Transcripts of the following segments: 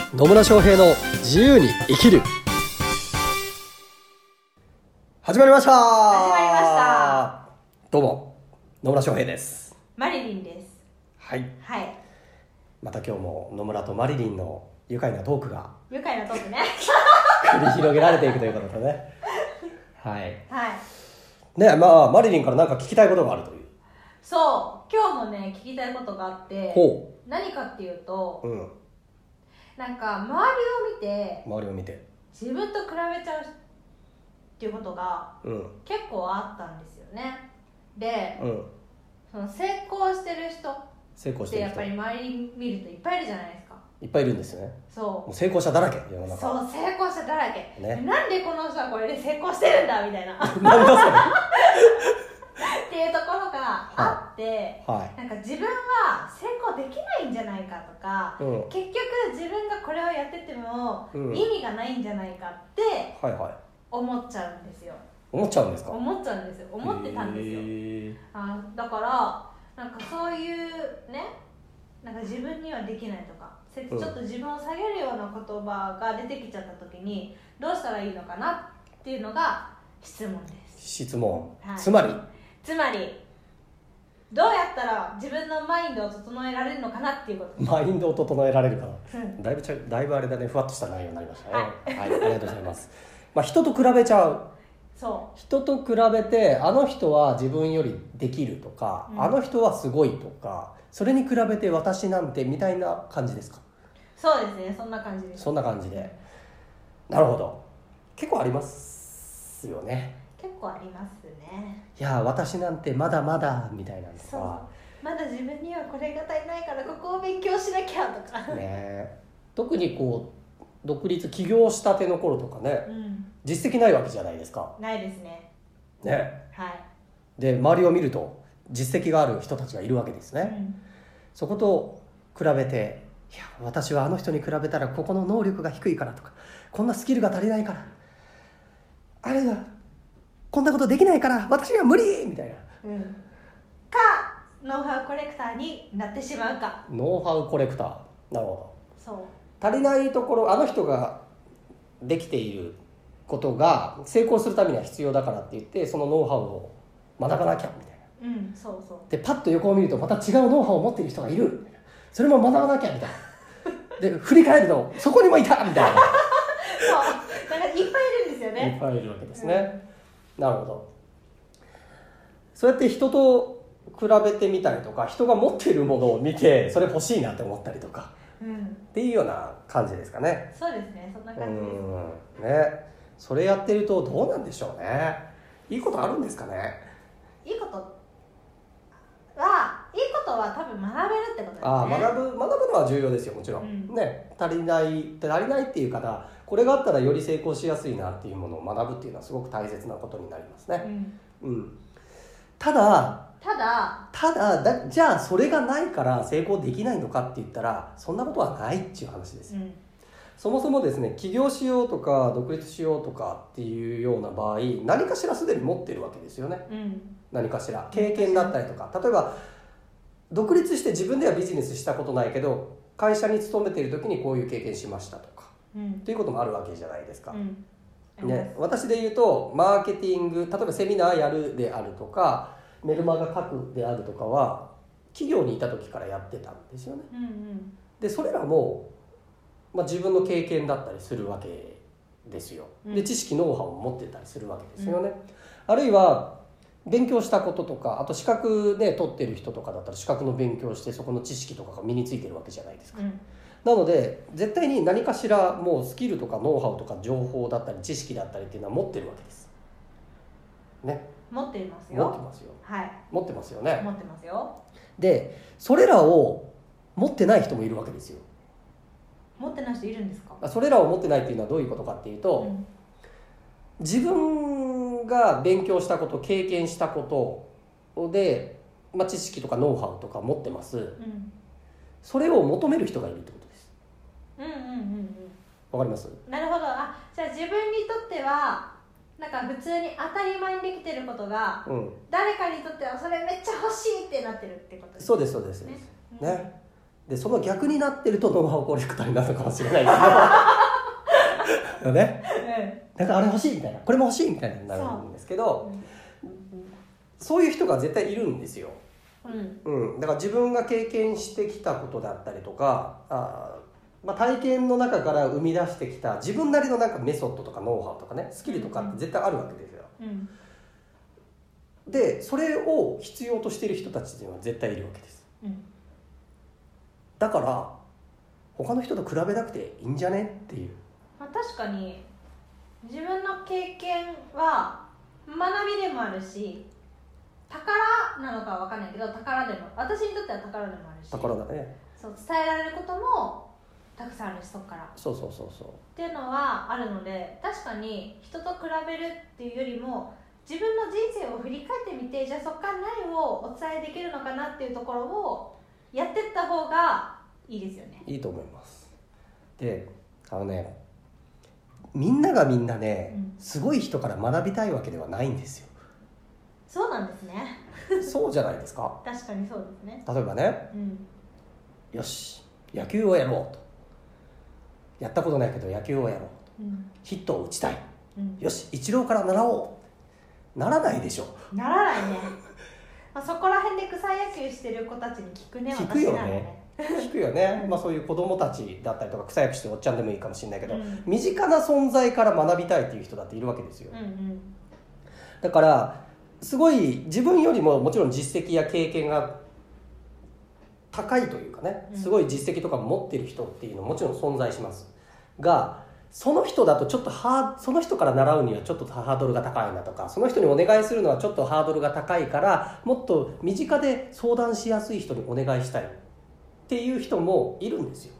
野村翔平の自由に生きる。始まりました。どうも野村翔平です。 マリリンです。 はい、 はい、 また今日も野村とマリリンの愉快なトークが愉快なトークね繰り広げられていくということでねはい、 はい、 ね、まあマリリンから何か聞きたいことがあるという。 そう今日もね聞きたいことがあって、何かっていうと、なんか周りを見て自分と比べちゃうっていうことが結構あったんですよね。で、その成功してる人ってやっぱり周りに見るといっぱいいるじゃないですか。 いっぱいいるんですね。 そうもう成功者だらけ世の中。 そう成功者だらけ、 ね、 なんでこの人はこれで成功してるんだみたいななんだそれっていうところがあって、なんか自分は成功できないんじゃないかとか、結局自分がこれをやってても意味がないんじゃないかって思っちゃうんですよ。 思っちゃうんですか？ 思ってたんですよ。だからなんかそういうね、なんか自分にはできないとか、ちょっと自分を下げるような言葉が出てきちゃった時にどうしたらいいのかなっていうのが質問です。 質問、つまりどうやったら自分のマインドを整えられるのかなっていうこと。 マインドを整えられるかな、だいぶあれだね、ふわっとした内容になりましたね。はい、ありがとうございます。人と比べちゃう。人と比べてあの人は自分よりできるとか、あの人はすごいとか、それに比べて私なんてみたいな感じですか？ そうですね、そんな感じです。 そんな感じで、なるほど。結構ありますよね。 結構ありますね。 いや私なんてまだまだみたいなのとか、 まだ自分にはこれが足りないからここを勉強しなきゃとかね。特にこう独立起業したての頃とかね、実績ないわけじゃないですか。 ないですね。はい。 で周りを見ると実績がある人たちがいるわけですね。そこと比べて、いや私はあの人に比べたらここの能力が低いからとか、こんなスキルが足りないから、あれがこんなことできないから私は無理みたいな、 かノウハウコレクターになってしまうか。 ノウハウコレクター、なるほど。 そう、 足りないところ、あの人ができていることが成功するためには必要だからって言ってそのノウハウを学ばなきゃみたいな、でパッと横を見るとまた違うノウハウを持っている人がいる、それも学ばなきゃみたいなで振り返るとそこにもいたみたいなそう、なんかいっぱいいるんですよね。 いっぱいいるわけですね。なるほど。そうやって人と比べてみたりとか、人が持っているものを見てそれ欲しいなって思ったりとか、っていうような感じですかね。 そうですね、そんな感じですね。それやってるとどうなんでしょうね。いいことあるんですかね。 いいことは多分学べるってことですね。 学ぶのは重要ですよ、もちろん、ね。足りないっていう方、これがあったらより成功しやすいなっていうものを学ぶっていうのはすごく大切なことになりますね。ただじゃあそれがないから成功できないのかって言ったらそんなことはないっていう話ですよ。そもそもですね、起業しようとか独立しようとかっていうような場合、何かしらすでに持ってるわけですよね。何かしら経験だったりとか、例えば独立して自分ではビジネスしたことないけど会社に勤めている時にこういう経験しましたとか、っていうこともあるわけじゃないですか。私で言うとマーケティング、例えばセミナーやるであるとかメルマガ書くであるとかは企業にいた時からやってたんですよね。でそれらも、自分の経験だったりするわけですよ。で知識ノウハウを持ってたりするわけですよね。あるいは勉強したこととか、あと資格で取ってる人とかだったら資格の勉強してそこの知識とかが身についてるわけじゃないですか。なので絶対に何かしらもうスキルとかノウハウとか情報だったり知識だったりっていうのは持ってるわけですね。 持ってますよ。 持ってますよね。 持ってますよ。 でそれらを持ってない人もいるわけですよ。 持ってない人いるんですか？ それらを持ってないっていうのはどういうことかっていうと、自分が勉強したこと経験したことで、知識とかノウハウとか持ってます、それを求める人がいるってことです。わかります？ なるほど。じゃあ自分にとってはなんか普通に当たり前にできてることが、誰かにとってはそれめっちゃ欲しいってなってるってことですね。 そうですね。 でその逆になってるとノウハウコレクターになるのかもしれないけどね、なんかあれ欲しいみたいな、これも欲しいみたいになるんですけど、そういう人が絶対いるんですよ。だから自分が経験してきたことだったりとか、体験の中から生み出してきた自分なりのなんかメソッドとかノウハウとかね、スキルとかって絶対あるわけですよ。でそれを必要としている人たちっていうのは絶対いるわけです。だから他の人と比べなくていいんじゃねっていう。 確かに自分の経験は学びでもあるし、宝なのかは分かんないけど、宝でも、私にとっては宝でもあるし、 宝だね。 そう伝えられることもたくさんあるし、そこからそうっていうのはあるので、確かに人と比べるっていうよりも自分の人生を振り返ってみて、じゃあそこから何をお伝えできるのかなっていうところをやっていった方がいいですよね。 いいと思います。でみんながみんなね、すごい人から学びたいわけではないんですよ。 そうなんですね。 そうじゃないですか。 確かにそうですね。 例えばね、よし野球をやろうと、やったことないけど野球をやろうと、ヒットを打ちたい、よしイチローから習おう、ならないでしょ。 ならないね。そこら辺で草野球してる子たちに聞くね。 聞くよね。聞くよね。そういう子供たちだったりとか、草野球してるおっちゃんでもいいかもしれないけど、身近な存在から学びたいっていう人だっているわけですよ。だからすごい自分よりももちろん実績や経験が高いというかね、すごい実績とか持ってる人っていうのももちろん存在しますが、その人だとちょっとその人から習うにはちょっとハードルが高いなとか、その人にお願いするのはちょっとハードルが高いから、もっと身近で相談しやすい人にお願いしたいっていう人もいるんですよ。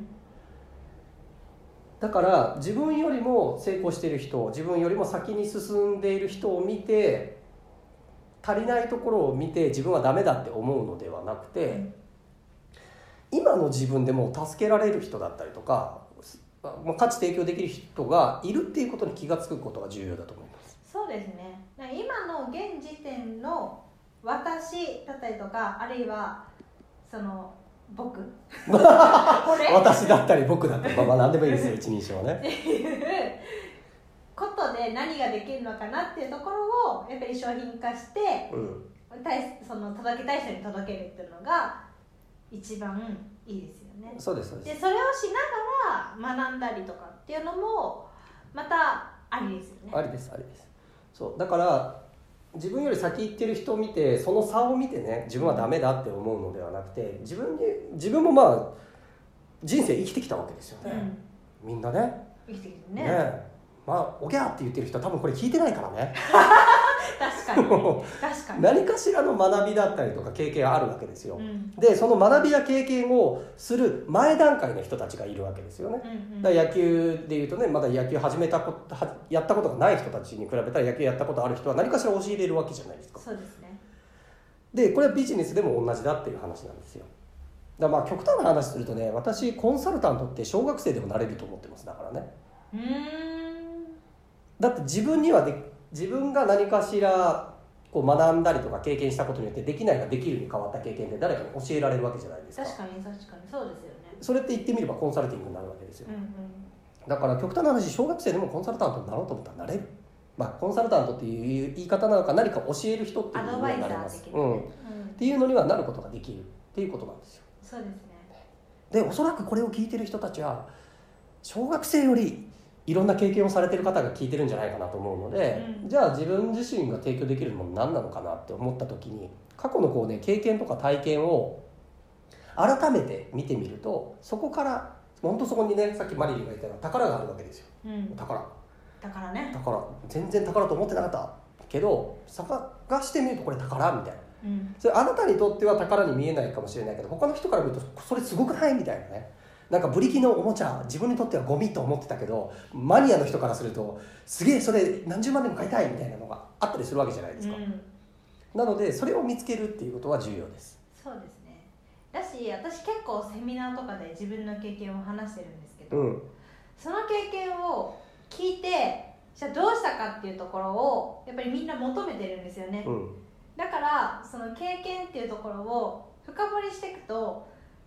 だから自分よりも成功している人、自分よりも先に進んでいる人を見て、足りないところを見て自分はダメだって思うのではなくて、今の自分でも助けられる人だったりとか、価値提供できる人がいるっていうことに気がつくことが重要だと思います。 そうですね。今の現時点の私だったりとか、あるいはその僕私だったり僕だったり、何でもいいですよ、一人称ね。 っていうことで何ができるのかなっていうところをやっぱり商品化して、その届けたい人に届けるっていうのが一番いいですよね。 そうです。 でそれをしながら学んだりとかっていうのもまたありですよね。 ありです。そうだから自分より先行ってる人を見て、その差を見てね、自分はダメだって思うのではなくて、自分も人生生きてきたわけですよね、みんなね。 生きてきてね。 おぎゃーって言ってる人は多分これ聞いてないからね。 確かに何かしらの学びだったりとか経験があるわけですよ、でその学びや経験をする前段階の人たちがいるわけですよね、だから野球でいうとね、まだ野球やったことがない人たちに比べたら、野球やったことある人は何かしら教えれるわけじゃないですか。 そうですね。 でこれはビジネスでも同じだっていう話なんですよ。だから極端な話するとね、私コンサルタントって小学生でもなれると思ってます。だからね、だって自分が何かしらこう学んだりとか経験したことによってできないができるに変わった経験で誰かに教えられるわけじゃないですか。 確かにそうですよね。 それって言ってみればコンサルティングになるわけですよ、だから極端な話、小学生でもコンサルタントになろうと思ったらなれる、コンサルタントっていう言い方なのか、何か教える人っていうのにはなります、っていうのにはなることができるっていうことなんですよ。 そうですね。 でおそらくこれを聞いてる人たちは小学生よりいろんな経験をされてる方が聞いてるんじゃないかなと思うので、じゃあ自分自身が提供できるもの何なのかなって思った時に、過去の経験とか体験を改めて見てみると、そこから本当そこにね、さっきマリリンが言ったような宝があるわけですよ、宝ね。宝、全然宝と思ってなかったけど探してみるとこれ宝みたいな、それあなたにとっては宝に見えないかもしれないけど、他の人から見るとそれすごくないみたいなね。なんかブリキのおもちゃ、自分にとってはゴミと思ってたけど、マニアの人からするとすげえそれ何十万でも買いたいみたいなのがあったりするわけじゃないですか、なのでそれを見つけるっていうことは重要です。 そうですね。だし私結構セミナーとかで自分の経験を話してるんですけど、その経験を聞いて、じゃあどうしたかっていうところをやっぱりみんな求めてるんですよね、だからその経験っていうところを深掘りしていくと、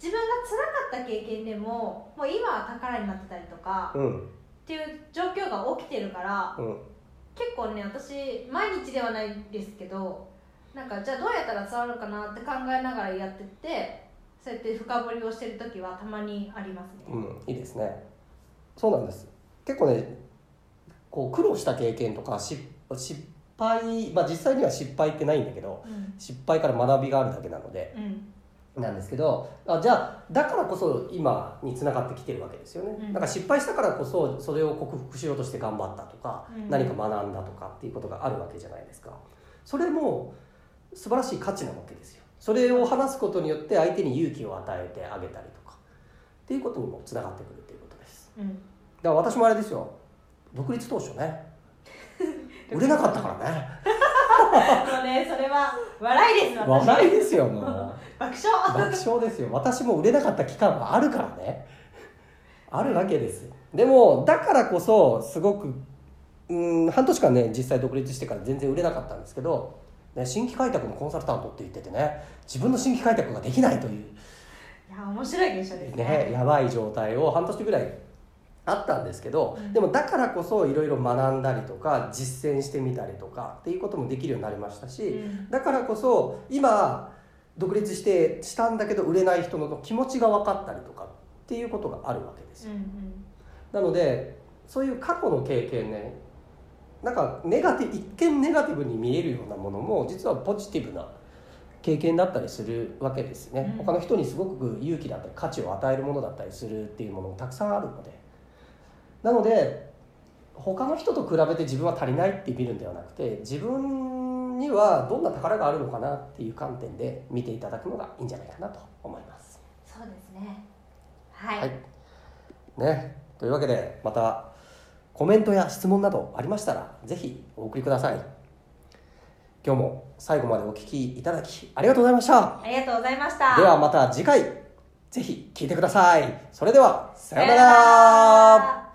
自分が辛かった経験でももう今は宝になってたりとか、っていう状況が起きてるから、結構ね私毎日ではないですけどなんかじゃあどうやったら伝わるかなって考えながらやってってそうやって深掘りをしてる時はたまにありますね。 いいですね。そうなんです。結構ねこう苦労した経験とか失敗、実際には失敗ってないんだけど、失敗から学びがあるだけなので、なんですけどじゃあだからこそ今につながってきてるわけですよね。だから失敗したからこそそれを克服しようとして頑張ったとか、何か学んだとかっていうことがあるわけじゃないですか。それも素晴らしい価値なわけですよ。それを話すことによって相手に勇気を与えてあげたりとかっていうことにもつながってくるっていうことです。だから私もあれですよ、独立当初ね売れなかったからねもうねそれは笑いです。 笑いですよ。もう爆笑ですよ。私も売れなかった期間はあるからねあるわけです。でもだからこそすごく半年間ね実際独立してから全然売れなかったんですけど、新規開拓のコンサルタントって言っててね、自分の新規開拓ができないという、 いや面白い現象ですね。 やばい状態を半年ぐらいあったんですけど、でもだからこそいろいろ学んだりとか実践してみたりとかっていうこともできるようになりましたし、だからこそ今独立したんだけど売れない人の気持ちが分かったりとかっていうことがあるわけですよ。なのでそういう過去の経験ね、なんか一見ネガティブに見えるようなものも実はポジティブな経験だったりするわけですね。他の人にすごく勇気だったり価値を与えるものだったりするっていうものもたくさんあるので、なので他の人と比べて自分は足りないって見るんではなくて、自分にはどんな宝があるのかなっていう観点で見ていただくのがいいんじゃないかなと思います。 そうですね。はい、 ね、というわけでまたコメントや質問などありましたらぜひお送りください。今日も最後までお聞きいただきありがとうございました。 ありがとうございました。 ではまた次回ぜひ聞いてください。それではさようなら。